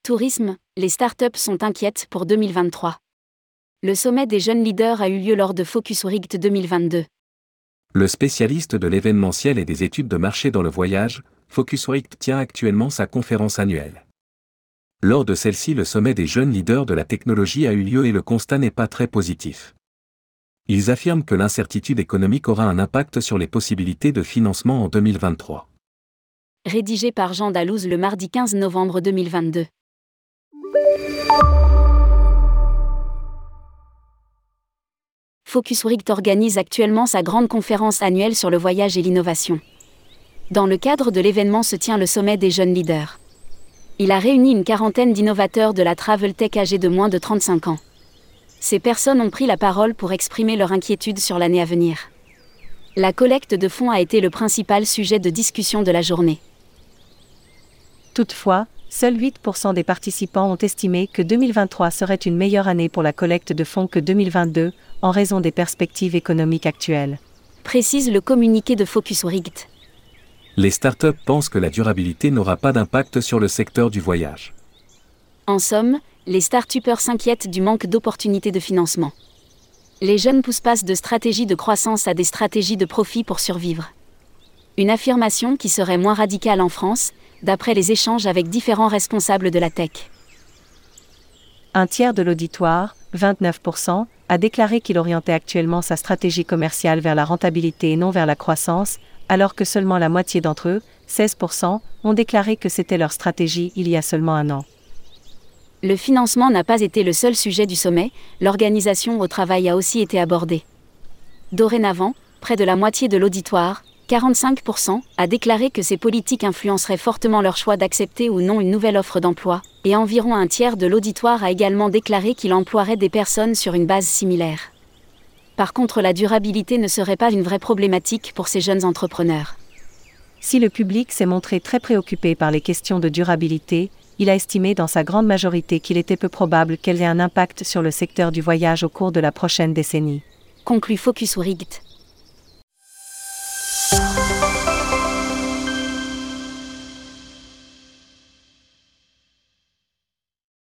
Tourisme, les startups sont inquiètes pour 2023. Le sommet des jeunes leaders a eu lieu lors de Focus Week 2022. Le spécialiste de l'événementiel et des études de marché dans le voyage, Focus Week tient actuellement sa conférence annuelle. Lors de celle-ci, le sommet des jeunes leaders de la technologie a eu lieu et le constat n'est pas très positif. Ils affirment que l'incertitude économique aura un impact sur les possibilités de financement en 2023. Rédigé par Jean Dalouse le mardi 15 novembre 2022. Focus Week organise actuellement sa grande conférence annuelle sur le voyage et l'innovation. Dans le cadre de l'événement se tient le sommet des jeunes leaders. Il a réuni une quarantaine d'innovateurs de la travel tech âgés de moins de 35 ans. Ces personnes ont pris la parole pour exprimer leur inquiétude sur l'année à venir. La collecte de fonds a été le principal sujet de discussion de la journée. Toutefois, seuls 8% des participants ont estimé que 2023 serait une meilleure année pour la collecte de fonds que 2022, en raison des perspectives économiques actuelles. Précise le communiqué de Focus Week. Les startups pensent que la durabilité n'aura pas d'impact sur le secteur du voyage. En somme, les start-upers s'inquiètent du manque d'opportunités de financement. Les jeunes pousses passent de stratégies de croissance à des stratégies de profit pour survivre. Une affirmation qui serait moins radicale en France, d'après les échanges avec différents responsables de la tech. Un tiers de l'auditoire, 29%, a déclaré qu'il orientait actuellement sa stratégie commerciale vers la rentabilité et non vers la croissance, alors que seulement la moitié d'entre eux, 16%, ont déclaré que c'était leur stratégie il y a seulement un an. Le financement n'a pas été le seul sujet du sommet, l'organisation au travail a aussi été abordée. Dorénavant, près de la moitié de l'auditoire, 45%, a déclaré que ces politiques influenceraient fortement leur choix d'accepter ou non une nouvelle offre d'emploi, et environ un tiers de l'auditoire a également déclaré qu'il emploierait des personnes sur une base similaire. Par contre, la durabilité ne serait pas une vraie problématique pour ces jeunes entrepreneurs. Si le public s'est montré très préoccupé par les questions de durabilité, il a estimé dans sa grande majorité qu'il était peu probable qu'elles aient un impact sur le secteur du voyage au cours de la prochaine décennie. Conclut Focus Week.